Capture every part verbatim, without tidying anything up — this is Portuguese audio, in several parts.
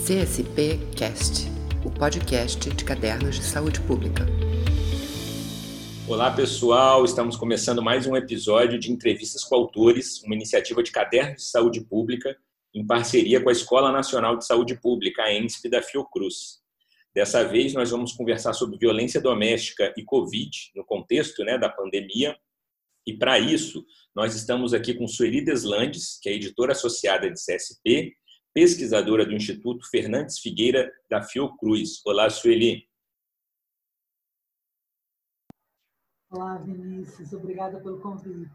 C S P Cast, o podcast de cadernos de saúde pública. Olá pessoal, estamos começando mais um episódio de Entrevistas com Autores, uma iniciativa de cadernos de saúde pública em parceria com a Escola Nacional de Saúde Pública, a ENSP da Fiocruz. Dessa vez nós vamos conversar sobre violência doméstica e Covid, no contexto né, da pandemia. E para isso, nós estamos aqui com Sueli Deslandes, que é editora associada de C S P, pesquisadora do Instituto Fernandes Figueira da Fiocruz. Olá, Sueli. Olá, Vinícius. Obrigada pelo convite.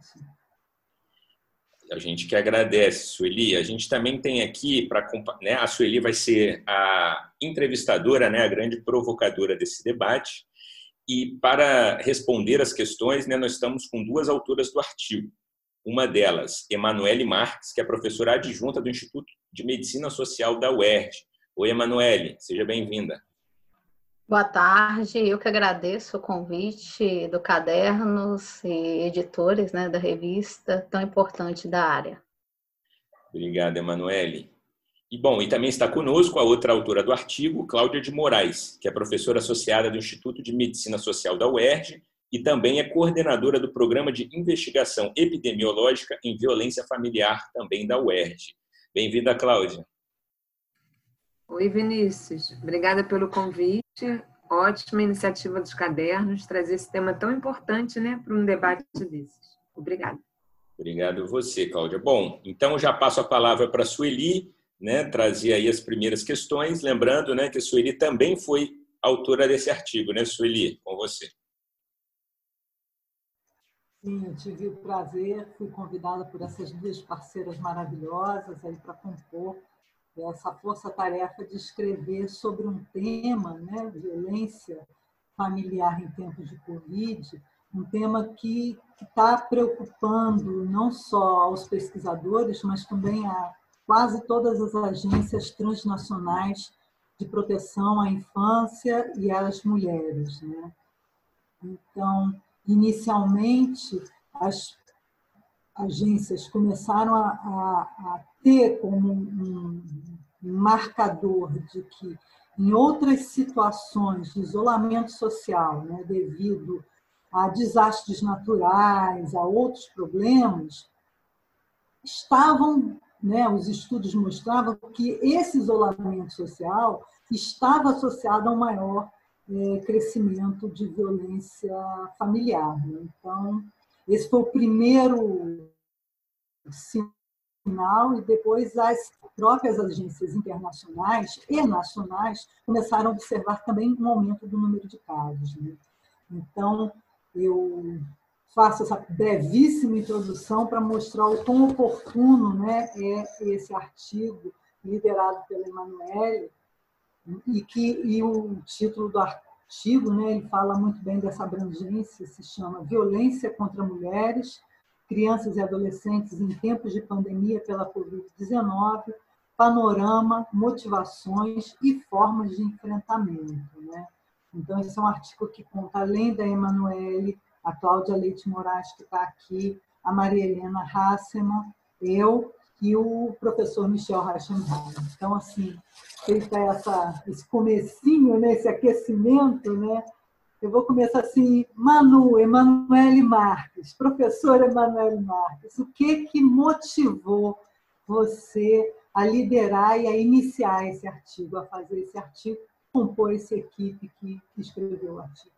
A gente que agradece, Sueli. A gente também tem aqui, para né, a Sueli vai ser a entrevistadora, né, a grande provocadora desse debate. E para responder as questões, né, nós estamos com duas autoras do artigo. Uma delas, Emanuele Marques, que é professora adjunta do Instituto de Medicina Social da U E R J. Oi, Emanuele, seja bem-vinda. Boa tarde, eu que agradeço o convite do Cadernos e editores né, da revista tão importante da área. Obrigado, Emanuele. E, bom, e também está conosco a outra autora do artigo, Cláudia de Moraes, que é professora associada do Instituto de Medicina Social da U E R J e também é coordenadora do Programa de Investigação Epidemiológica em Violência Familiar, também da U E R J. Bem-vinda, Cláudia. Oi, Vinícius. Obrigada pelo convite. Ótima iniciativa dos cadernos, trazer esse tema tão importante né, para um debate desses. Obrigada. Obrigado você, Cláudia. Bom, então eu já passo a palavra para a Sueli, né, trazer aí as primeiras questões, lembrando né, que a Sueli também foi autora desse artigo, né, Sueli? Com você. Sim, eu tive o prazer, fui convidada por essas duas parceiras maravilhosas aí para compor essa força-tarefa de escrever sobre um tema, né, violência familiar em tempos de Covid, um tema que está preocupando não só aos pesquisadores, mas também a quase todas as agências transnacionais de proteção à infância e às mulheres, né? Então, inicialmente, as agências começaram a, a, a ter como um, um marcador de que, em outras situações de isolamento social, né, devido a desastres naturais, a outros problemas, estavam, né, os estudos mostravam que esse isolamento social estava associado a um maior é, crescimento de violência familiar. Né? Então, esse foi o primeiro sinal, e depois as próprias agências internacionais e nacionais começaram a observar também um aumento do número de casos. Né? Então, eu faço essa brevíssima introdução para mostrar o quão oportuno né, é esse artigo liderado pela Emanuele, e, que, e o título do artigo, né, ele fala muito bem dessa abrangência, se chama Violência contra Mulheres, Crianças e Adolescentes em Tempos de Pandemia pela covid dezenove, Panorama, Motivações e Formas de Enfrentamento. Né? Então, esse é um artigo que conta, além da Emanuele, a Cláudia Leite Moraes, que está aqui, a Maria Helena Hasseman, eu e o professor Michel Reichenbach. Então, assim, feita essa, esse comecinho, né, esse aquecimento, né, eu vou começar assim, Manu, Emanuele Marques, professora Emanuele Marques, o que que motivou você a liderar e a iniciar esse artigo, a fazer esse artigo, compor essa equipe que escreveu o artigo?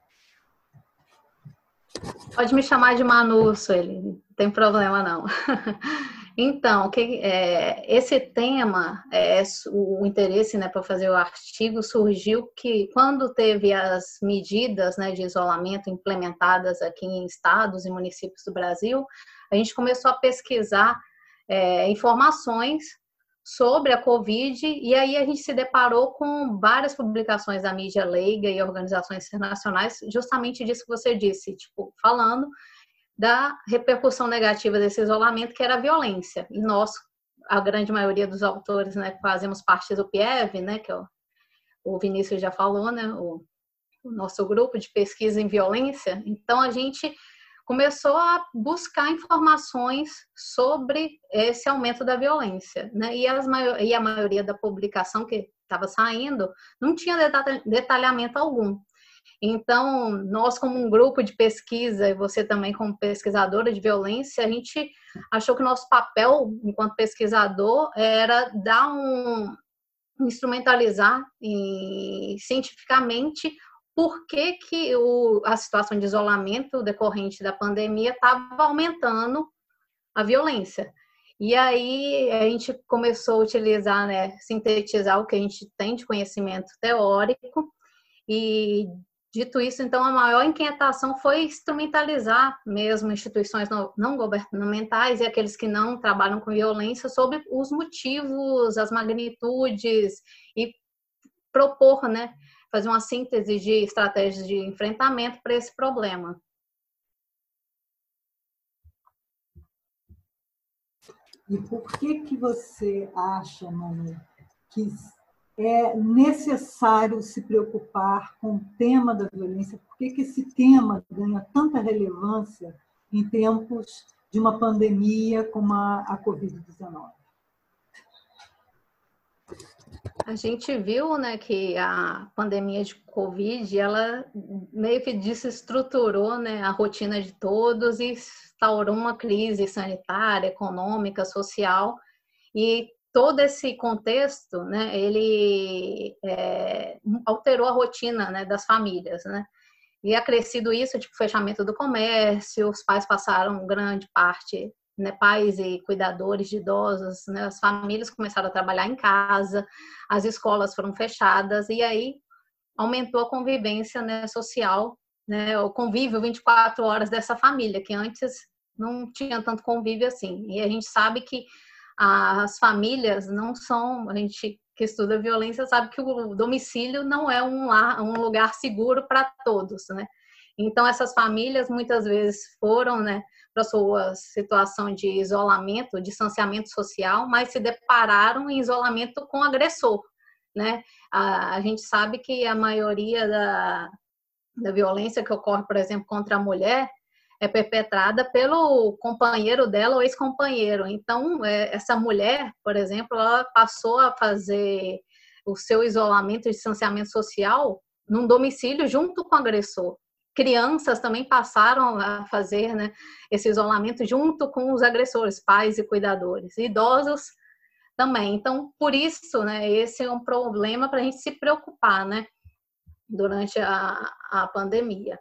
Pode me chamar de Manu, Sueli, não tem problema não. Então, que, é, esse tema, é, o interesse né, para fazer o artigo surgiu que quando teve as medidas né, de isolamento implementadas aqui em estados e municípios do Brasil, a gente começou a pesquisar é, informações sobre a Covid, e aí a gente se deparou com várias publicações da mídia leiga e organizações internacionais, justamente disso que você disse, tipo, falando da repercussão negativa desse isolamento, que era a violência. E nós, a grande maioria dos autores, né, fazemos parte do P I E V, né, que é o, o Vinícius já falou, né, o, o nosso grupo de pesquisa em violência. Então, a gente começou a buscar informações sobre esse aumento da violência, né? E, as, e a maioria da publicação que estava saindo não tinha detalhamento algum. Então, nós como um grupo de pesquisa, e você também como pesquisadora de violência, a gente achou que o nosso papel enquanto pesquisador era dar um, instrumentalizar e, cientificamente por que, que o, a situação de isolamento decorrente da pandemia estava aumentando a violência. E aí a gente começou a utilizar, né, sintetizar o que a gente tem de conhecimento teórico e, dito isso, então, a maior inquietação foi instrumentalizar mesmo instituições não governamentais e aqueles que não trabalham com violência sobre os motivos, as magnitudes e propor, né, fazer uma síntese de estratégias de enfrentamento para esse problema. E por que que você acha, Manu, que é necessário se preocupar com o tema da violência? Por que que esse tema ganha tanta relevância em tempos de uma pandemia como a, a covid dezenove? A gente viu, né, que a pandemia de Covid, ela meio que desestruturou, né, a rotina de todos e instaurou uma crise sanitária, econômica, social, e todo esse contexto, né, ele é, alterou a rotina, né, das famílias, né, e acrescido isso, tipo, fechamento do comércio, os pais passaram grande parte, né, pais e cuidadores de idosos, né, as famílias começaram a trabalhar em casa, as escolas foram fechadas, e aí aumentou a convivência, né, social, né, o convívio vinte e quatro horas dessa família, que antes não tinha tanto convívio assim. E a gente sabe que as famílias não são, a gente que estuda violência sabe que o domicílio não é um, lar, um lugar seguro para todos, né? Então, essas famílias muitas vezes foram, né, para sua situação de isolamento, distanciamento social, mas se depararam em isolamento com o agressor, né? A, a gente sabe que a maioria da, da violência que ocorre, por exemplo, contra a mulher, é perpetrada pelo companheiro dela ou ex-companheiro. Então, é, essa mulher, por exemplo, ela passou a fazer o seu isolamento e distanciamento social num domicílio junto com o agressor. Crianças também passaram a fazer, né, esse isolamento junto com os agressores, pais e cuidadores. Idosos também. Então, por isso, né, esse é um problema para a gente se preocupar, né, durante a, a pandemia.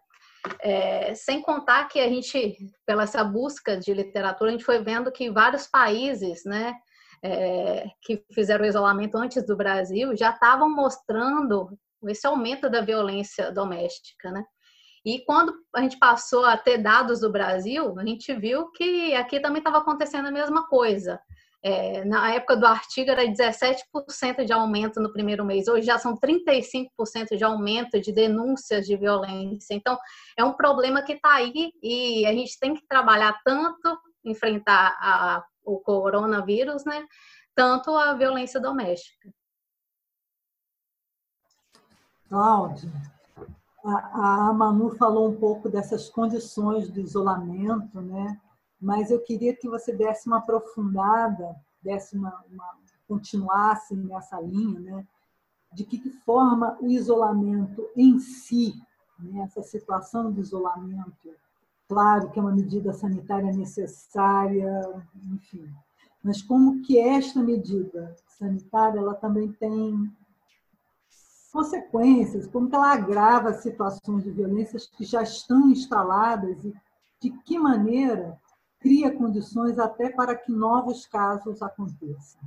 É, sem contar que a gente, pela essa busca de literatura, a gente foi vendo que vários países, né, é, que fizeram o isolamento antes do Brasil já estavam mostrando esse aumento da violência doméstica, né? E quando a gente passou a ter dados do Brasil, a gente viu que aqui também estava acontecendo a mesma coisa. É, na época do artigo era dezessete por cento de aumento no primeiro mês, hoje já são trinta e cinco por cento de aumento de denúncias de violência. Então, é um problema que está aí e a gente tem que trabalhar tanto, enfrentar a, o coronavírus, né, tanto a violência doméstica. Cláudia, a, a Manu falou um pouco dessas condições do isolamento, né? Mas eu queria que você desse uma aprofundada, desse uma, uma, continuasse nessa linha, né? De que forma o isolamento em si, né? Essa situação de isolamento, claro que é uma medida sanitária necessária, enfim, mas como que esta medida sanitária ela também tem consequências, como que ela agrava situações de violências que já estão instaladas e de que maneira cria condições até para que novos casos aconteçam.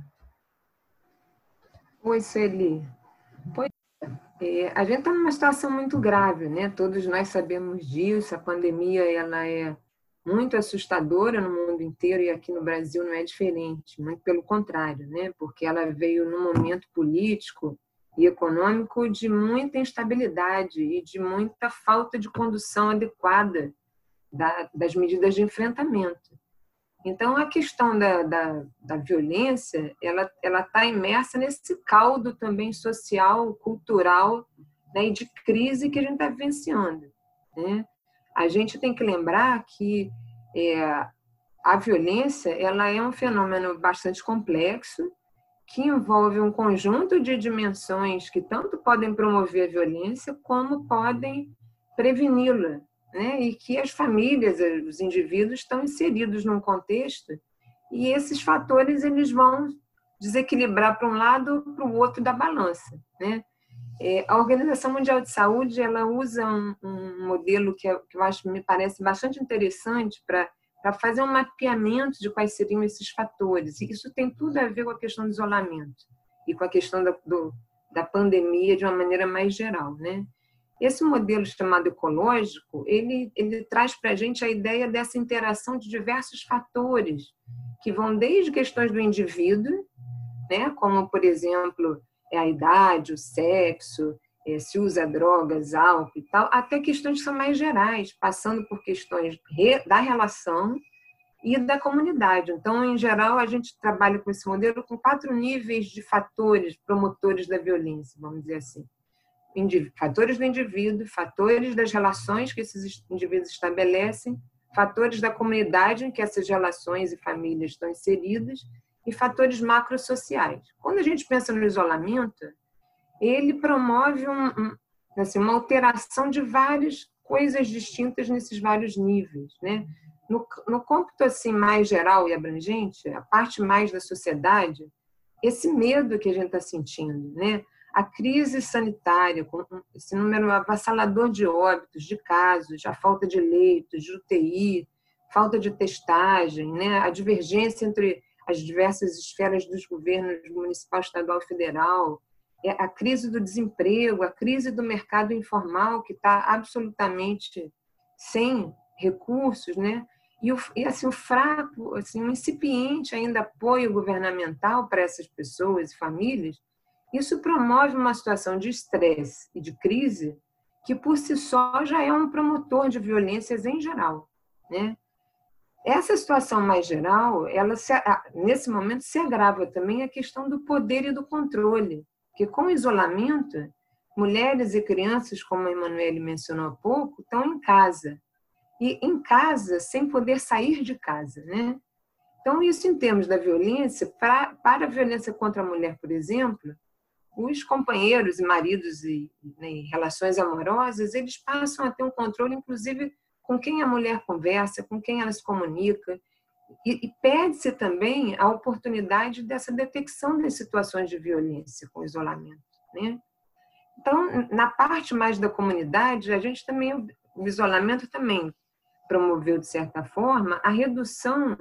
Oi, Sueli. Pois é, a gente está numa situação muito grave, né? Todos nós sabemos disso. A pandemia ela é muito assustadora no mundo inteiro e aqui no Brasil não é diferente, muito pelo contrário, né? Porque ela veio num momento político e econômico de muita instabilidade e de muita falta de condução adequada Da, das medidas de enfrentamento. Então, a questão da, da, da violência, ela ela está imersa nesse caldo também social, cultural, né, e de crise que a gente está vivenciando, né? a gente tem que lembrar que é, a violência ela é um fenômeno bastante complexo, que envolve um conjunto de dimensões que tanto podem promover a violência como podem preveni-la, né? E que as famílias, os indivíduos estão inseridos num contexto e esses fatores eles vão desequilibrar para um lado ou para o outro da balança, né? É, a Organização Mundial de Saúde ela usa um, um modelo que, é, que eu acho me parece bastante interessante para para fazer um mapeamento de quais seriam esses fatores. E isso tem tudo a ver com a questão do isolamento e com a questão da, do, da pandemia de uma maneira mais geral, né? Esse modelo chamado ecológico, ele, ele traz para a gente a ideia dessa interação de diversos fatores, que vão desde questões do indivíduo, né? Como, por exemplo, a idade, o sexo, se usa drogas, álcool e tal, até questões que são mais gerais, passando por questões da relação e da comunidade. Então, em geral, a gente trabalha com esse modelo com quatro níveis de fatores promotores da violência, vamos dizer assim. Fatores do indivíduo, fatores das relações que esses indivíduos estabelecem, fatores da comunidade em que essas relações e famílias estão inseridas e fatores macrosociais. Quando a gente pensa no isolamento, ele promove um, um, assim, uma alteração de várias coisas distintas nesses vários níveis, né? No, no cômputo assim, mais geral e abrangente, a parte mais da sociedade, esse medo que a gente está sentindo, né? A crise sanitária, com esse número avassalador de óbitos, de casos, a falta de leitos, de U T I, falta de testagem, né? A divergência entre as diversas esferas dos governos municipal, estadual e federal, a crise do desemprego, a crise do mercado informal, que está absolutamente sem recursos, né? E, o, e assim, o fraco, assim, o incipiente ainda apoio governamental para essas pessoas e famílias, isso promove uma situação de estresse e de crise que, por si só, já é um promotor de violências em geral, né? Essa situação mais geral, ela se, nesse momento se agrava também a questão do poder e do controle, porque com o isolamento, mulheres e crianças, como a Emanuele mencionou há pouco, estão em casa. E em casa, sem poder sair de casa, né? Então, isso em termos da violência, para, para a violência contra a mulher, por exemplo, os companheiros e maridos e, né, em relações amorosas, eles passam a ter um controle, inclusive, com quem a mulher conversa, com quem ela se comunica, E, e perde-se também a oportunidade dessa detecção das situações de violência com isolamento, né? Então, na parte mais da comunidade, a gente também, o isolamento também promoveu, de certa forma, a redução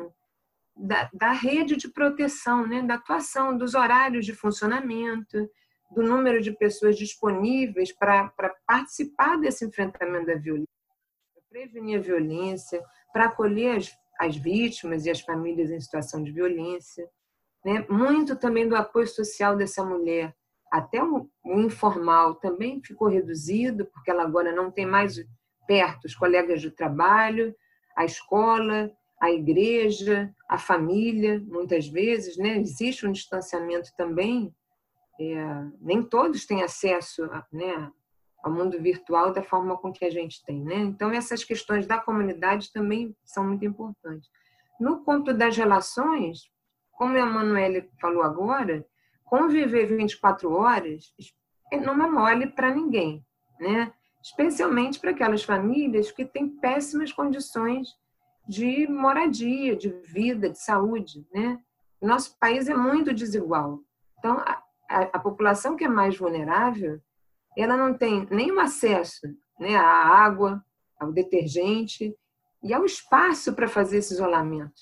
da, da rede de proteção, né? Da atuação, dos horários de funcionamento, do número de pessoas disponíveis para participar desse enfrentamento da violência, para prevenir a violência, para acolher as as vítimas e as famílias em situação de violência, né? Muito também do apoio social dessa mulher, até o, o informal também ficou reduzido, porque ela agora não tem mais perto os colegas de trabalho, a escola, a igreja, a família, muitas vezes, né? Existe um distanciamento também, é, nem todos têm acesso, né, ao mundo virtual da forma com que a gente tem, né? Então, essas questões da comunidade também são muito importantes. No ponto das relações, como a Emanuele falou agora, conviver vinte e quatro horas não é mole para ninguém, né? Especialmente para aquelas famílias que têm péssimas condições de moradia, de vida, de saúde, né? Nosso país é muito desigual. Então, a, a, a população que é mais vulnerável, ela não tem nenhum acesso, né, à água, ao detergente e ao espaço para fazer esse isolamento,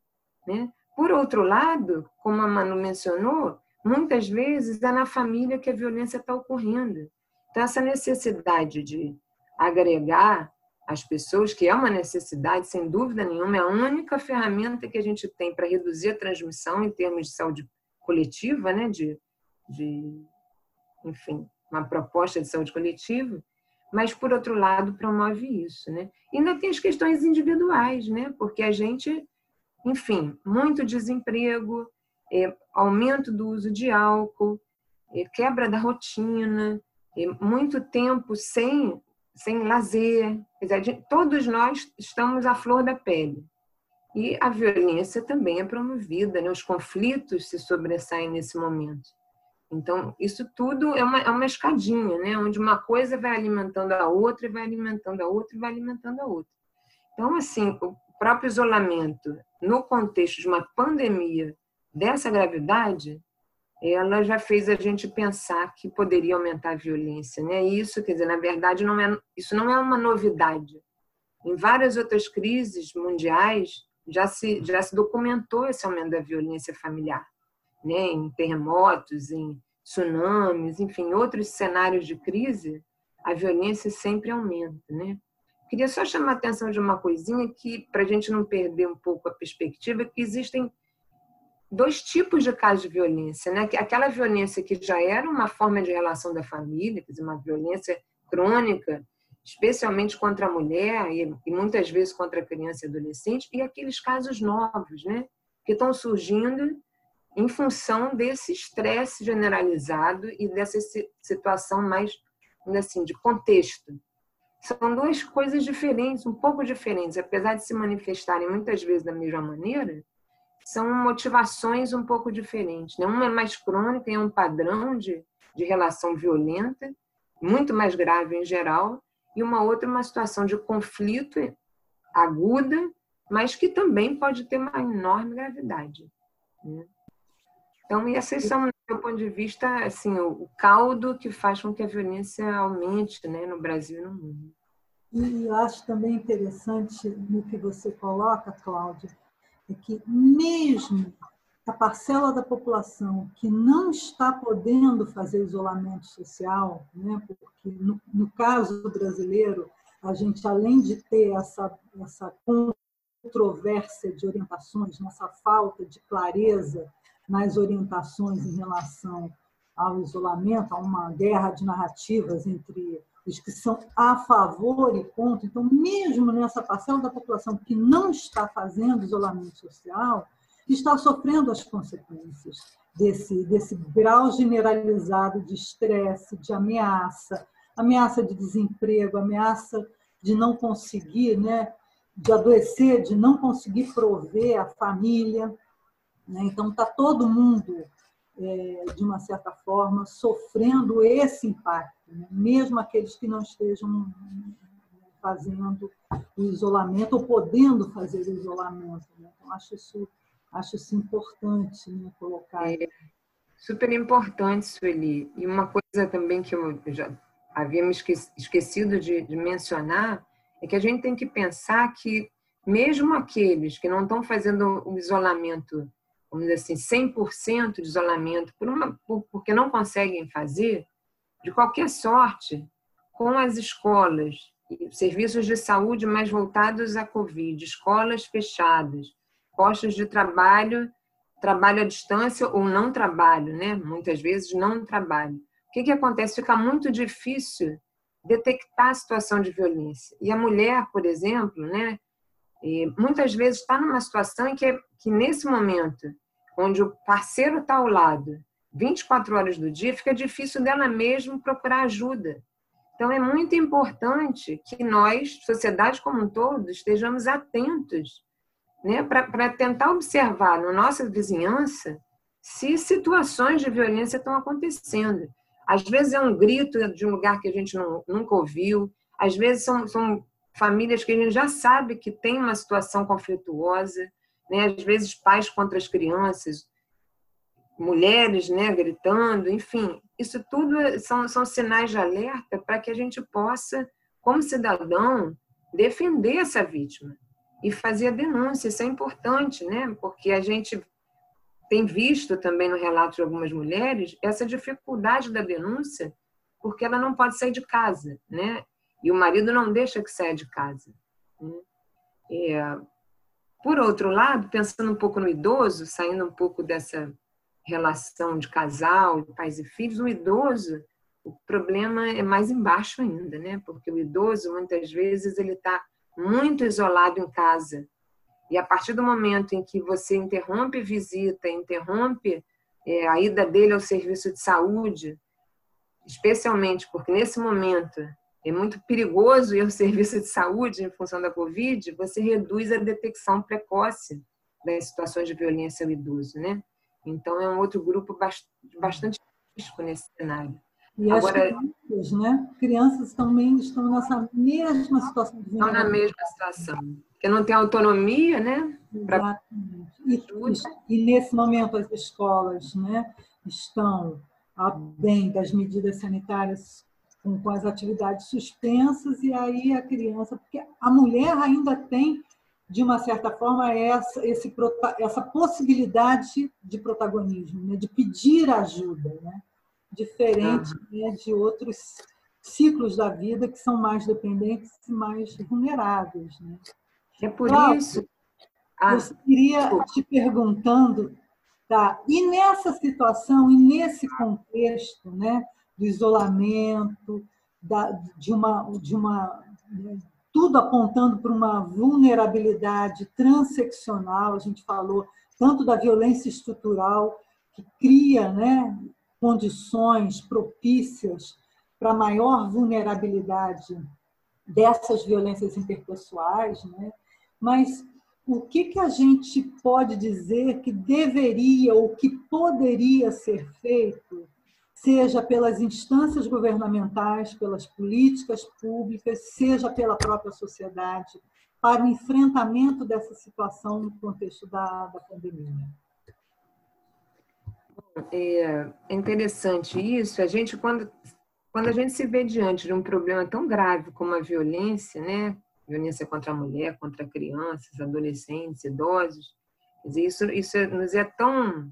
né? Por outro lado, como a Manu mencionou, muitas vezes é na família que a violência está ocorrendo. Então, essa necessidade de agregar as pessoas, que é uma necessidade, sem dúvida nenhuma, é a única ferramenta que a gente tem para reduzir a transmissão em termos de saúde coletiva, né, de, de enfim, uma proposta de saúde coletiva, mas, por outro lado, promove isso, né? E ainda tem as questões individuais, né? Porque a gente, enfim, muito desemprego, é, aumento do uso de álcool, é, quebra da rotina, é, muito tempo sem sem lazer. Quer dizer, todos nós estamos à flor da pele. E a violência também é promovida, né? Os conflitos se sobressaem nesse momento. Então, isso tudo é uma, é uma escadinha, né? Onde uma coisa vai alimentando a outra, e vai alimentando a outra, e vai alimentando a outra. Então, assim, o próprio isolamento, no contexto de uma pandemia dessa gravidade, ela já fez a gente pensar que poderia aumentar a violência, né? Isso, quer dizer, na verdade, não é, isso não é uma novidade. Em várias outras crises mundiais, já se, já se documentou esse aumento da violência familiar, né? Em terremotos, em tsunamis, enfim, outros cenários de crise, a violência sempre aumenta, né? Queria só chamar a atenção de uma coisinha que, para a gente não perder um pouco a perspectiva, que existem dois tipos de casos de violência, né? Aquela violência que já era uma forma de relação da família, quer dizer, uma violência crônica, especialmente contra a mulher e, e muitas vezes contra a criança e adolescente, e aqueles casos novos, né? Que estão surgindo em função desse estresse generalizado e dessa situação mais, assim, de contexto. São duas coisas diferentes, um pouco diferentes, apesar de se manifestarem muitas vezes da mesma maneira, são motivações um pouco diferentes, né? Uma é mais crônica, é um padrão de, de relação violenta, muito mais grave em geral, e uma outra é uma situação de conflito aguda, mas que também pode ter uma enorme gravidade, né? Então, esses são, do meu ponto de vista, assim, o caldo que faz com que a violência aumente, né, no Brasil e no mundo. E eu acho também interessante no que você coloca, Cláudia, é que mesmo a parcela da população que não está podendo fazer isolamento social, né, porque no, no caso brasileiro, a gente, além de ter essa, essa controvérsia de orientações, nessa falta de clareza nas orientações em relação ao isolamento, a uma guerra de narrativas entre os que são a favor e contra. Então, mesmo nessa parcela da população que não está fazendo isolamento social, está sofrendo as consequências desse, desse grau generalizado de estresse, de ameaça, ameaça de desemprego, ameaça de não conseguir, né, de adoecer, de não conseguir prover a família. Então, está todo mundo, é, de uma certa forma, sofrendo esse impacto, né? Mesmo aqueles que não estejam fazendo o isolamento ou podendo fazer o isolamento, né? Então, acho isso, acho isso importante, né, colocar. É super importante, Sueli. E uma coisa também que eu já havia me esquecido de, de mencionar é que a gente tem que pensar que mesmo aqueles que não estão fazendo o isolamento, vamos dizer assim, cem por cento de isolamento, por uma, por, porque não conseguem fazer, de qualquer sorte, com as escolas, serviços de saúde mais voltados à Covid, escolas fechadas, postos de trabalho, trabalho à distância ou não trabalho, né? Muitas vezes não trabalho. O que, que acontece? Fica muito difícil detectar a situação de violência. E a mulher, por exemplo, né, muitas vezes está numa situação em que, que nesse momento, onde o parceiro está ao lado, vinte e quatro horas do dia, fica difícil dela mesma procurar ajuda. Então, é muito importante que nós, sociedade como um todo, estejamos atentos, né, para tentar observar na nossa vizinhança se situações de violência estão acontecendo. Às vezes é um grito de um lugar que a gente não, nunca ouviu, às vezes são, são famílias que a gente já sabe que tem uma situação conflituosa, né? Às vezes pais contra as crianças, mulheres, né, gritando, enfim, isso tudo são, são sinais de alerta para que a gente possa, como cidadão, defender essa vítima e fazer a denúncia. Isso é importante, né? Porque a gente tem visto também no relato de algumas mulheres essa dificuldade da denúncia, porque ela não pode sair de casa, né? E o marido não deixa que saia de casa, né? É, por outro lado, pensando um pouco no idoso, saindo um pouco dessa relação de casal, pais e filhos, o idoso, o problema é mais embaixo ainda, né? Porque o idoso, muitas vezes, ele está muito isolado em casa. E a partir do momento em que você interrompe visita, interrompe é, a ida dele ao serviço de saúde, especialmente porque nesse momento é muito perigoso ir ao serviço de saúde em função da Covid, você reduz a detecção precoce das situações de violência ao idoso, né? Então, é um outro grupo bastante risco nesse cenário. E Agora, as crianças, né? Crianças também estão nessa mesma situação. De estão na mesma situação. Porque não tem autonomia, né? Exatamente. E, e nesse momento as escolas, né, estão a bem das medidas sanitárias com, com as atividades suspensas, e aí a criança... Porque a mulher ainda tem, de uma certa forma, essa, esse, essa possibilidade de protagonismo, né, de pedir ajuda, né? Diferente, né, de outros ciclos da vida que são mais dependentes e mais vulneráveis, né? É por Cláudia, isso... Ah, eu queria te perguntando, tá? E nessa situação, e nesse contexto, né, do isolamento, da, de uma... De uma né, tudo apontando para uma vulnerabilidade transeccional, a gente falou tanto da violência estrutural, que cria, né, condições propícias para maior vulnerabilidade dessas violências interpessoais, né? Mas o que, que a gente pode dizer que deveria ou que poderia ser feito, seja pelas instâncias governamentais, pelas políticas públicas, seja pela própria sociedade, para o enfrentamento dessa situação no contexto da, da pandemia? É interessante isso. A gente, quando, quando a gente se vê diante de um problema tão grave como a violência, né? Violência contra a mulher, contra crianças, adolescentes, idosos, quer dizer, isso, isso nos é tão...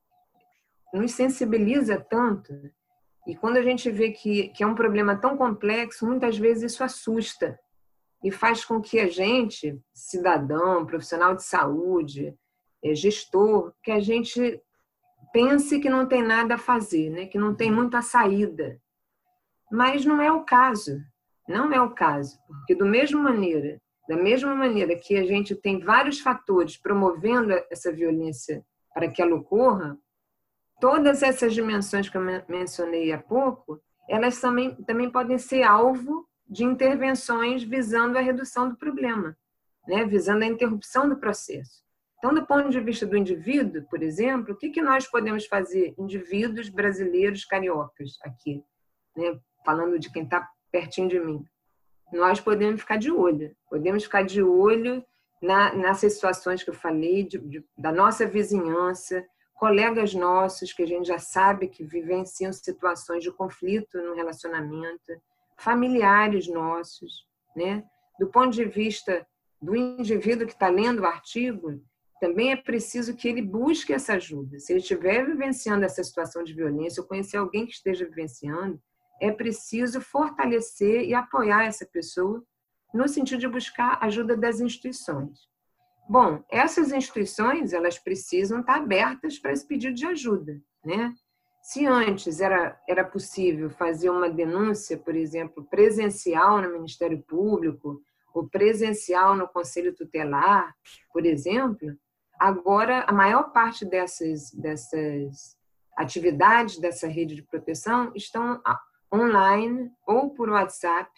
nos sensibiliza tanto. E quando a gente vê que, que é um problema tão complexo, muitas vezes isso assusta e faz com que a gente, cidadão, profissional de saúde, gestor, que a gente pense que não tem nada a fazer, né? Que não tem muita saída. Mas não é o caso. Não é o caso. Porque do mesmo maneira, da mesma maneira que a gente tem vários fatores promovendo essa violência para que ela ocorra, todas essas dimensões que eu mencionei há pouco, elas também, também podem ser alvo de intervenções visando a redução do problema, né? Visando a interrupção do processo. Então, do ponto de vista do indivíduo, por exemplo, o que, que nós podemos fazer, indivíduos brasileiros cariocas aqui, né? Falando de quem está pertinho de mim? Nós podemos ficar de olho, podemos ficar de olho na, nessas situações que eu falei, de, de, da nossa vizinhança, colegas nossos que a gente já sabe que vivenciam situações de conflito no relacionamento, familiares nossos, né? Do ponto de vista do indivíduo que está lendo o artigo, também é preciso que ele busque essa ajuda. Se ele estiver vivenciando essa situação de violência, ou conhecer alguém que esteja vivenciando, é preciso fortalecer e apoiar essa pessoa no sentido de buscar ajuda das instituições. Bom, essas instituições, elas precisam estar abertas para esse pedido de ajuda, né? Se antes era, era possível fazer uma denúncia, por exemplo, presencial no Ministério Público, ou presencial no Conselho Tutelar, por exemplo, agora a maior parte dessas, dessas atividades dessa rede de proteção estão online, ou por WhatsApp,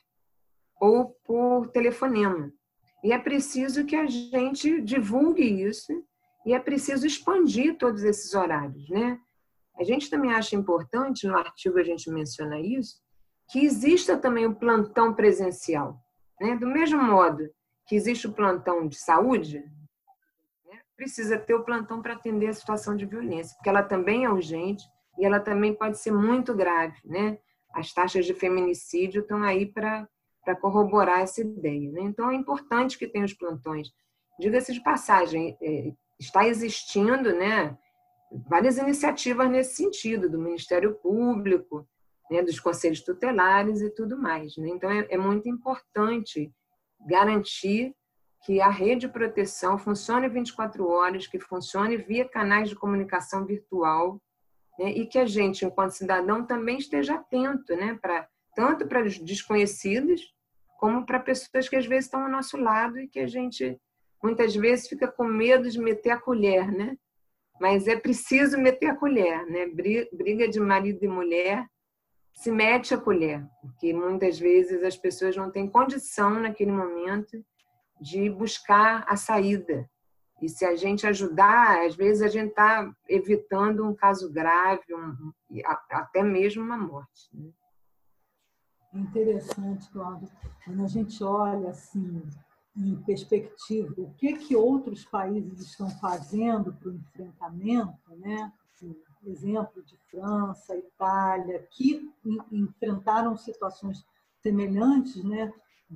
ou por telefonema. E é preciso que a gente divulgue isso, e é preciso expandir todos esses horários, né? A gente também acha importante, no artigo a gente menciona isso, que exista também o plantão presencial, né? Do mesmo modo que existe o plantão de saúde, né? Precisa ter o plantão para atender a situação de violência, porque ela também é urgente e ela também pode ser muito grave, né? As taxas de feminicídio estão aí para para corroborar essa ideia, né? Então, é importante que tenha os plantões. Diga-se de passagem, está existindo, né, várias iniciativas nesse sentido, do Ministério Público, né, dos conselhos tutelares e tudo mais, né? Então, é, é muito importante garantir que a rede de proteção funcione vinte e quatro horas, que funcione via canais de comunicação virtual, né, e que a gente, enquanto cidadão, também esteja atento, né, para tanto para os desconhecidos, como para pessoas que às vezes estão ao nosso lado e que a gente, muitas vezes, fica com medo de meter a colher, né? Mas é preciso meter a colher, né? Briga de marido e mulher se mete a colher, porque muitas vezes as pessoas não têm condição naquele momento de buscar a saída. E se a gente ajudar, às vezes a gente está evitando um caso grave, um, até mesmo uma morte. Né? Interessante, Cláudia. Quando a gente olha assim, em perspectiva, o que, que outros países estão fazendo para o enfrentamento, né? Assim, exemplo de França, Itália, que enfrentaram situações semelhantes, né?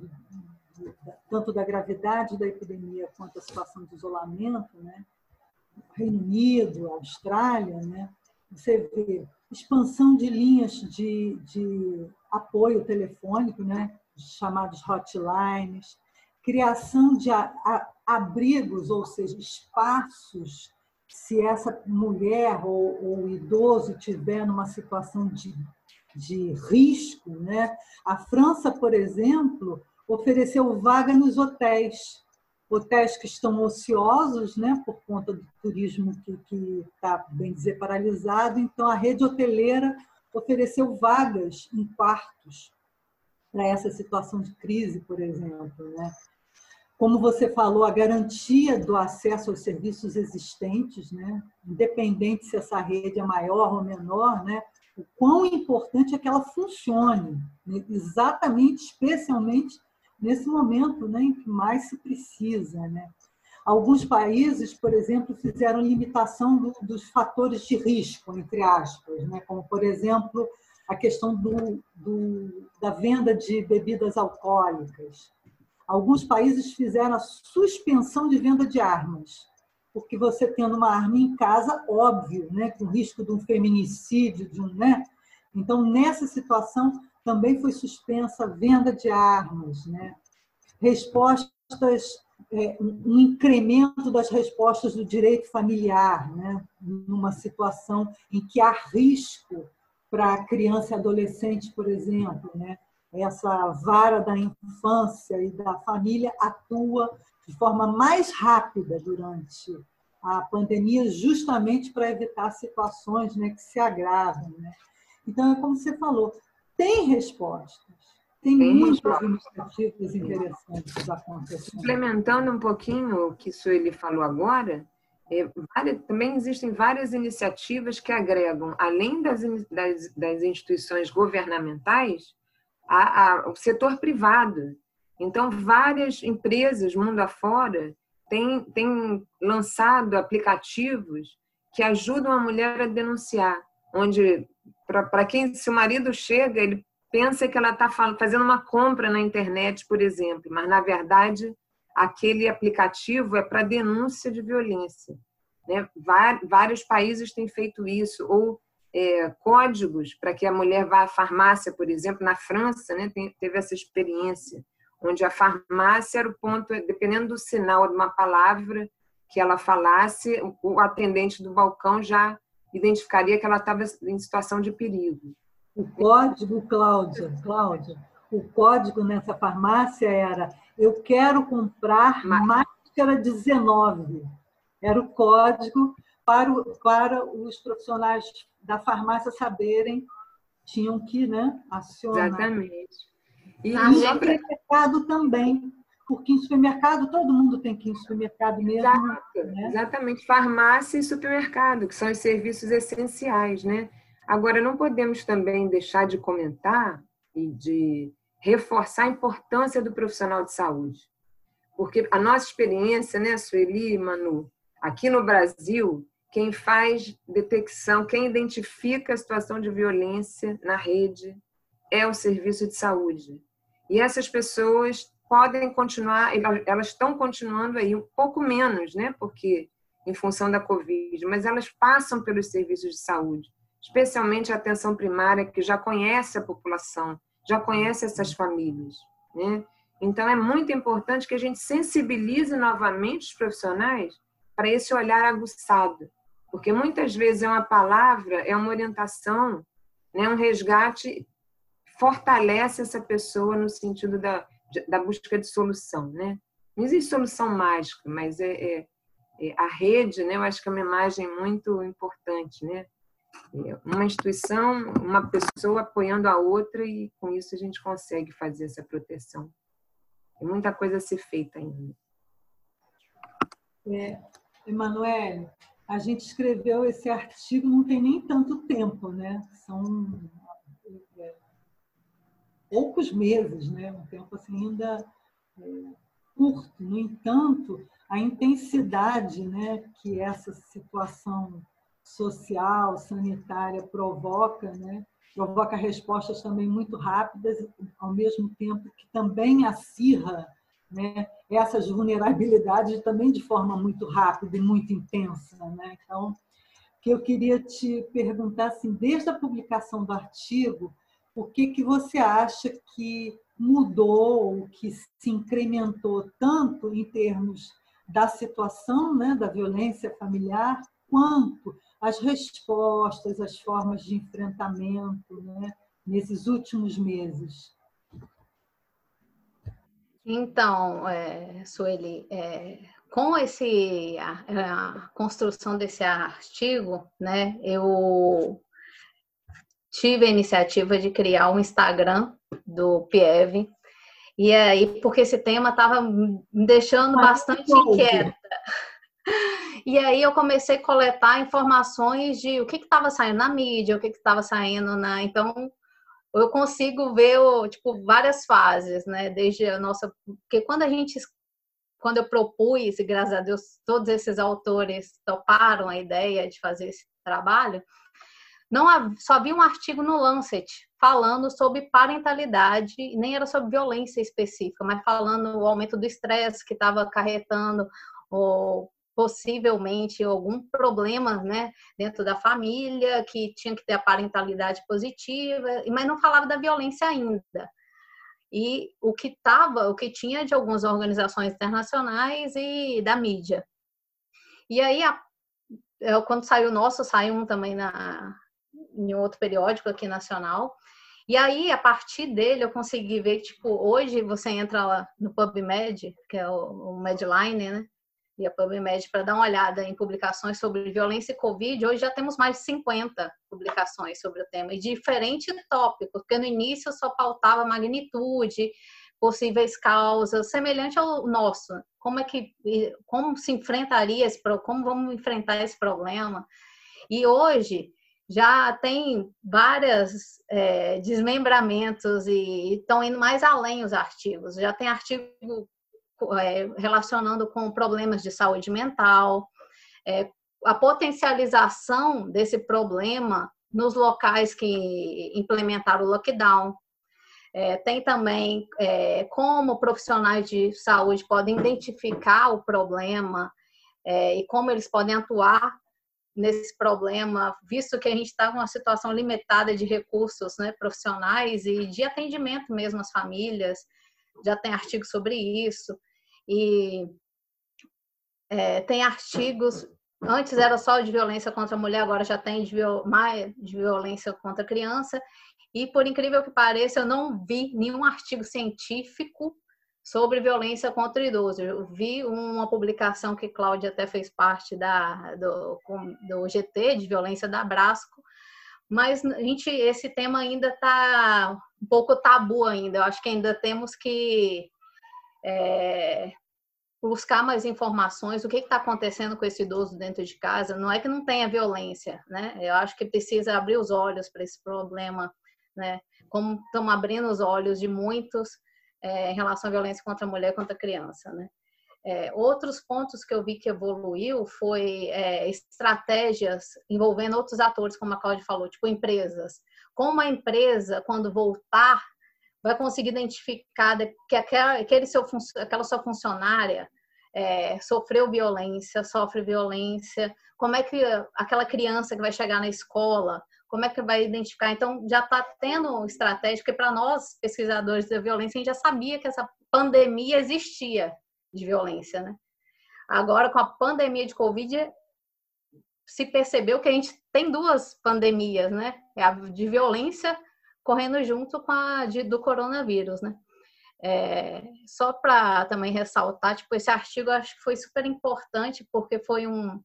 Tanto da gravidade da epidemia quanto a situação de isolamento, né? Reino Unido, Austrália, né? Você vê expansão de linhas de, de apoio telefônico, né? Chamados hotlines, criação de a, a, abrigos, ou seja, espaços, se essa mulher ou, ou idoso tiver numa situação de, de risco, né? A França, por exemplo, ofereceu vaga nos hotéis, hotéis que estão ociosos, né, por conta do turismo que está, bem dizer, paralisado. Então, a rede hoteleira ofereceu vagas em quartos para essa situação de crise, por exemplo. Né? Como você falou, a garantia do acesso aos serviços existentes, né, independente se essa rede é maior ou menor, né, o quão importante é que ela funcione, né, exatamente, especialmente, nesse momento, né, em que mais se precisa. Né? Alguns países, por exemplo, fizeram limitação do, dos fatores de risco, entre aspas, né? Como, por exemplo, a questão do, do, da venda de bebidas alcoólicas. Alguns países fizeram a suspensão de venda de armas, porque você tendo uma arma em casa, óbvio, né, com risco de um feminicídio, de um, né? Então, nessa situação, também foi suspensa a venda de armas, né? Respostas, é, um incremento das respostas do direito familiar, né? Numa situação em que há risco para a criança e adolescente, por exemplo, né? Essa vara da infância e da família atua de forma mais rápida durante a pandemia, justamente para evitar situações, né, que se agravam. Né? Então, é como você falou, tem respostas, tem, tem muitas respostas. Iniciativas interessantes acontecendo. Complementando um pouquinho o que a Sueli falou agora, é, várias, também existem várias iniciativas que agregam, além das, das, das instituições governamentais, a, a, o setor privado. Então, várias empresas, mundo afora, têm, têm lançado aplicativos que ajudam a mulher a denunciar, onde, para quem, se o marido chega, ele pensa que ela está fazendo uma compra na internet, por exemplo, mas, na verdade, aquele aplicativo é para denúncia de violência. Né? Vários países têm feito isso, ou é, códigos para que a mulher vá à farmácia, por exemplo, na França, né, teve essa experiência, onde a farmácia era o ponto, dependendo do sinal de uma palavra que ela falasse, o atendente do balcão já identificaria que ela estava em situação de perigo. O código, Cláudia, Cláudia, o código nessa farmácia era: eu quero comprar máscara dezenove. Era o código para, o, para os profissionais da farmácia saberem, tinham que, né, acionar. Exatamente. E no supermercado também, porque em supermercado todo mundo tem que ir em supermercado mesmo. Exato, né? Exatamente, farmácia e supermercado, que são os serviços essenciais, né? Agora, não podemos também deixar de comentar e de reforçar a importância do profissional de saúde. Porque a nossa experiência, né, Sueli e Manu, aqui no Brasil, quem faz detecção, quem identifica a situação de violência na rede é o serviço de saúde. E essas pessoas podem continuar, elas estão continuando aí um pouco menos, né? Porque em função da Covid, mas elas passam pelos serviços de saúde, especialmente a atenção primária, que já conhece a população, já conhece essas famílias, né? Então, é muito importante que a gente sensibilize novamente os profissionais para esse olhar aguçado, porque muitas vezes é uma palavra, é uma orientação, né? Um resgate fortalece essa pessoa no sentido da, da busca de solução, né? Não existe solução mágica, mas é, é, é a rede, né? Eu acho que é uma imagem muito importante, né? uma instituição, uma pessoa apoiando a outra e com isso a gente consegue fazer essa proteção. Tem muita coisa a ser feita ainda. É, Emanuele, a gente escreveu esse artigo não tem nem tanto tempo, né? São é, poucos meses, né? Um tempo assim, ainda é, curto. No entanto, a intensidade, né, que essa situação social, sanitária provoca, né, provoca respostas também muito rápidas, ao mesmo tempo que também acirra, né, essas vulnerabilidades também de forma muito rápida e muito intensa, né? Então, que eu queria te perguntar, assim, desde a publicação do artigo, o que que você acha que mudou, que se incrementou tanto em termos da situação, né, da violência familiar, quanto as respostas, as formas de enfrentamento, né, nesses últimos meses? Então, é, Sueli, é, com esse, a, a construção desse artigo, né, eu tive a iniciativa de criar um Instagram do Pieve, e aí, porque esse tema estava me deixando bastante inquieta. E aí eu comecei a coletar informações de o que estava saindo na mídia, o que estava saindo na... Então, eu consigo ver, tipo, várias fases, né? Desde a nossa... Porque quando a gente... Quando eu propus, e graças a Deus, todos esses autores toparam a ideia de fazer esse trabalho, não só havia um artigo no Lancet falando sobre parentalidade, nem era sobre violência específica, mas falando o aumento do estresse que estava acarretando, ou possivelmente algum problema, né, dentro da família, que tinha que ter a parentalidade positiva, mas não falava da violência ainda. E o que tava, o que tinha de algumas organizações internacionais e da mídia. E aí, a, quando saiu o nosso, saiu um também na, em outro periódico aqui nacional. E aí, a partir dele, eu consegui ver, tipo, hoje você entra lá no PubMed, que é o, o Medline, né? E a PubMed, para dar uma olhada em publicações sobre violência e Covid, hoje já temos mais de cinquenta publicações sobre o tema, e diferentes tópicos, porque no início só pautava magnitude, possíveis causas, semelhante ao nosso. Como é que, como se enfrentaria esse, como vamos enfrentar esse problema? E hoje já tem vários é, desmembramentos e estão indo mais além os artigos. Já tem artigo é, relacionando com problemas de saúde mental, é, a potencialização desse problema nos locais que implementaram o lockdown. É, tem também é, como profissionais de saúde podem identificar o problema é, e como eles podem atuar nesse problema, visto que a gente está com uma situação limitada de recursos, né, profissionais e de atendimento mesmo às famílias. Já tem artigos sobre isso. E é, tem artigos, antes era só de violência contra a mulher, agora já tem de, viol, mais de violência contra a criança. E, por incrível que pareça, eu não vi nenhum artigo científico sobre violência contra o idoso. Eu vi uma publicação que Cláudia até fez parte da, do, do G T, de violência da Abrasco, mas a gente, esse tema ainda está um pouco tabu ainda. Eu acho que ainda temos que é, buscar mais informações, o que está acontecendo com esse idoso dentro de casa. Não é que não tenha violência, né? Eu acho que precisa abrir os olhos para esse problema, né? Como estamos abrindo os olhos de muitos é, em relação à violência contra a mulher e contra a criança, né? É, outros pontos que eu vi que evoluiu foi é, estratégias envolvendo outros atores, como a Cláudia falou, tipo empresas. Como a empresa, quando voltar, vai conseguir identificar que aquela, aquele seu, aquela sua funcionária é, sofreu violência, sofre violência, como é que aquela criança que vai chegar na escola, como é que vai identificar? Então, já está tendo estratégia, porque para nós, pesquisadores da violência, a gente já sabia que essa pandemia existia de violência, né? Agora, com a pandemia de Covid, se percebeu que a gente tem duas pandemias, né? É a de violência correndo junto com a de, do coronavírus, né? É, só para também ressaltar, tipo, esse artigo eu acho que foi super importante, porque foi um,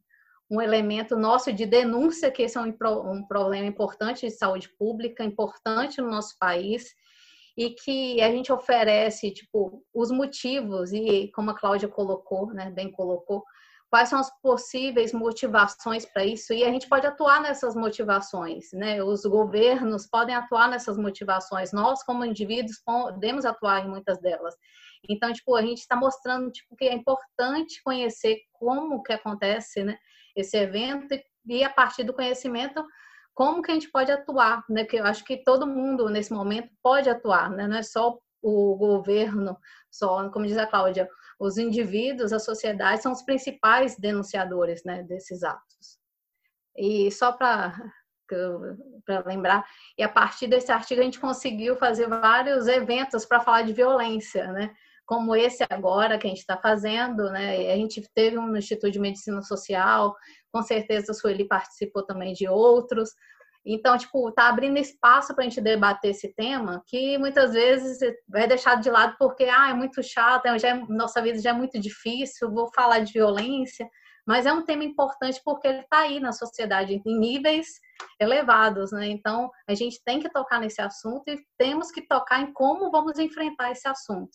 um elemento nosso de denúncia, que esse é um, um problema importante de saúde pública, importante no nosso país, e que a gente oferece, tipo, os motivos, e como a Cláudia colocou, né, bem colocou, quais são as possíveis motivações para isso, e a gente pode atuar nessas motivações, né? Os governos podem atuar nessas motivações, nós, como indivíduos, podemos atuar em muitas delas. Então, tipo, a gente está mostrando, tipo, que é importante conhecer como que acontece, né, esse evento, e a partir do conhecimento, como que a gente pode atuar, né? Porque eu acho que todo mundo, nesse momento, pode atuar, né? Não é só o governo, só, como diz a Cláudia, os indivíduos, a sociedade são os principais denunciadores, né, desses atos. E só para para lembrar, e a partir desse artigo a gente conseguiu fazer vários eventos para falar de violência, né? Como esse agora que a gente está fazendo, né? A gente teve um Instituto de Medicina Social, com certeza a Sueli participou também de outros. Então, tipo, tá abrindo espaço para a gente debater esse tema, que muitas vezes é deixado de lado porque, ah, é muito chato, já é, nossa vida já é muito difícil, vou falar de violência, mas é um tema importante porque ele está aí na sociedade em níveis elevados, né? Então, a gente tem que tocar nesse assunto e temos que tocar em como vamos enfrentar esse assunto.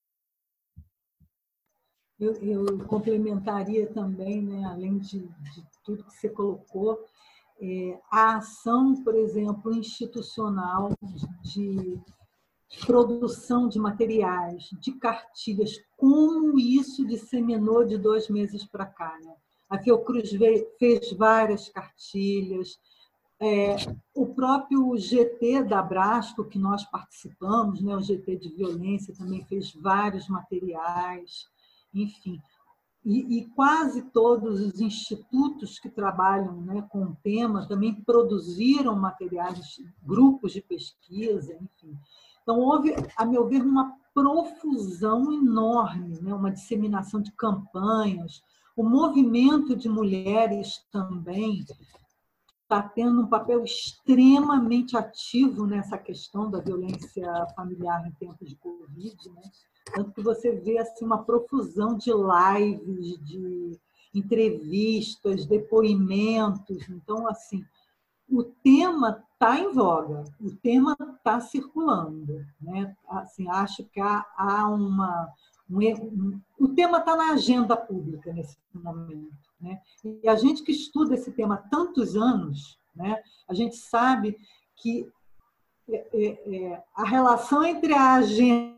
Eu, eu complementaria também, né, além de, de tudo que você colocou, é, a ação, por exemplo, institucional de, de produção de materiais, de cartilhas, como isso disseminou de dois meses para cá, né? A Fiocruz veio, fez várias cartilhas, é, o próprio G T da Abrasco, que nós participamos, né, o G T de Violência, também fez vários materiais, enfim. E, e quase todos os institutos que trabalham, né, com o tema também produziram materiais, grupos de pesquisa, enfim. Então, houve, a meu ver, uma profusão enorme, né, uma disseminação de campanhas. O movimento de mulheres também está tendo um papel extremamente ativo nessa questão da violência familiar em tempos de Covid, né? Tanto que você vê assim, uma profusão de lives, de entrevistas, depoimentos. Então, assim, o tema está em voga, o tema está circulando, né? Assim, acho que há, há uma... Um, um, o tema está na agenda pública nesse momento, né? E a gente que estuda esse tema há tantos anos, né, a gente sabe que é, é, a relação entre a agenda,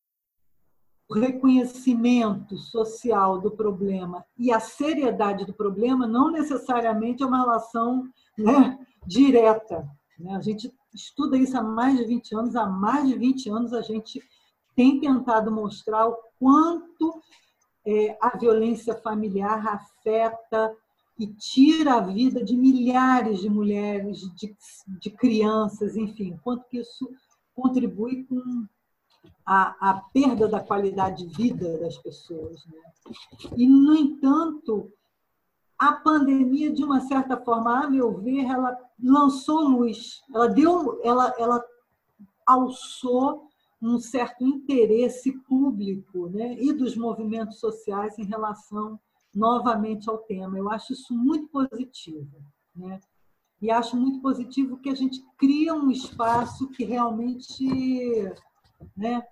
o reconhecimento social do problema e a seriedade do problema não necessariamente é uma relação, né, direta, né? A gente estuda isso há mais de vinte anos, há mais de vinte anos a gente tem tentado mostrar o quanto é, a violência familiar afeta e tira a vida de milhares de mulheres, de, de crianças, enfim, quanto que isso contribui com a, a perda da qualidade de vida das pessoas, né? E, no entanto, a pandemia, de uma certa forma, a meu ver, ela lançou luz, ela deu, ela, ela alçou um certo interesse público, né, e dos movimentos sociais em relação novamente ao tema. Eu acho isso muito positivo, né? E acho muito positivo que a gente cria um espaço que realmente, né,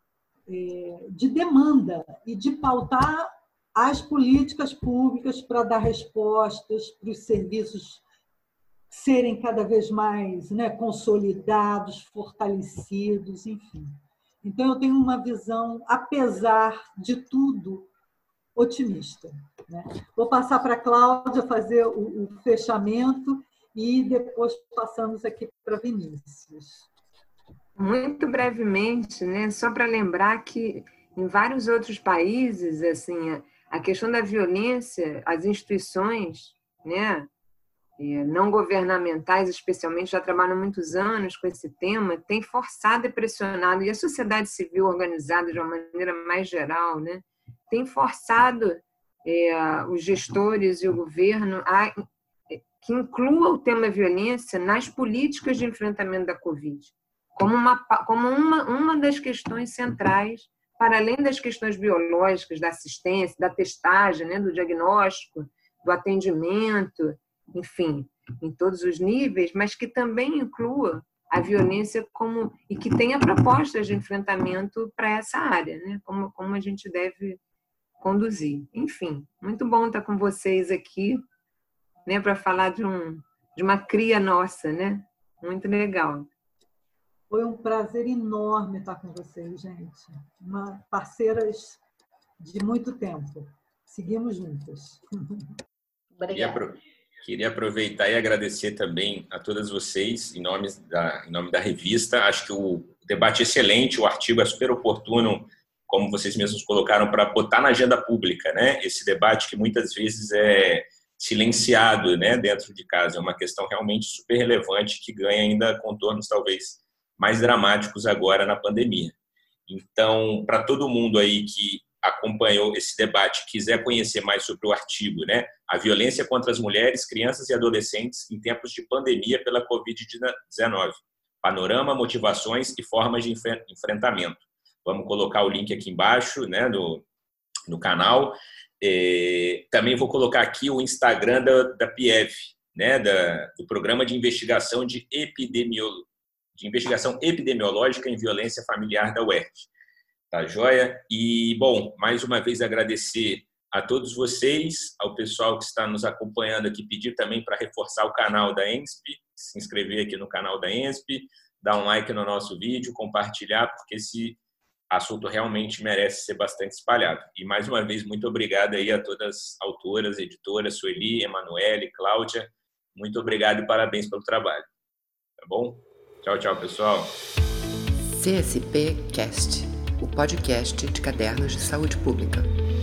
é, de demanda e de pautar as políticas públicas para dar respostas para os serviços serem cada vez mais, né, consolidados, fortalecidos, enfim. Então, eu tenho uma visão, apesar de tudo, otimista, né? Vou passar para a Cláudia fazer o, o fechamento e depois passamos aqui para Vinícius. Muito brevemente, né? Só para lembrar que em vários outros países, assim, a questão da violência, as instituições, né, não governamentais, especialmente, já trabalham muitos anos com esse tema, tem forçado e pressionado, e a sociedade civil organizada de uma maneira mais geral, né, tem forçado é, os gestores e o governo a que inclua o tema violência nas políticas de enfrentamento da Covid, como uma, como uma, uma das questões centrais, para além das questões biológicas, da assistência, da testagem, né, do diagnóstico, do atendimento, enfim, em todos os níveis, mas que também inclua a violência como e que tenha propostas de enfrentamento para essa área, né? Como, como a gente deve conduzir. Enfim, muito bom estar com vocês aqui, né, para falar de, um, de uma cria nossa, né? Muito legal. Foi um prazer enorme estar com vocês, gente. Uma, parceiras de muito tempo. Seguimos juntas. Obrigada. Queria aproveitar e agradecer também a todas vocês, em nome da, em nome da revista. Acho que o debate é excelente, o artigo é super oportuno, como vocês mesmos colocaram, para botar na agenda pública, né? Esse debate que muitas vezes é silenciado, né, dentro de casa. É uma questão realmente super relevante que ganha ainda contornos talvez mais dramáticos agora na pandemia. Então, para todo mundo aí que acompanhou esse debate, quiser conhecer mais sobre o artigo, né, a violência contra as mulheres, crianças e adolescentes em tempos de pandemia pela covid dezenove. Panorama, motivações e formas de enfrentamento. Vamos colocar o link aqui embaixo, né, no, no canal. É, também vou colocar aqui o Instagram da, da P I E V, né, da, do Programa de Investigação de, Epidemio, de Investigação Epidemiológica em Violência Familiar da U E R J. Tá joia? E, bom, mais uma vez agradecer a todos vocês, ao pessoal que está nos acompanhando aqui, pedir também para reforçar o canal da E N S P, se inscrever aqui no canal da E N S P, dar um like no nosso vídeo, compartilhar, porque esse assunto realmente merece ser bastante espalhado. E, mais uma vez, muito obrigado aí a todas as autoras, editoras, Sueli, Emanuele, Cláudia. Muito obrigado e parabéns pelo trabalho. Tá bom? Tchau, tchau, pessoal. C S P Cast, o podcast de cadernos de saúde pública.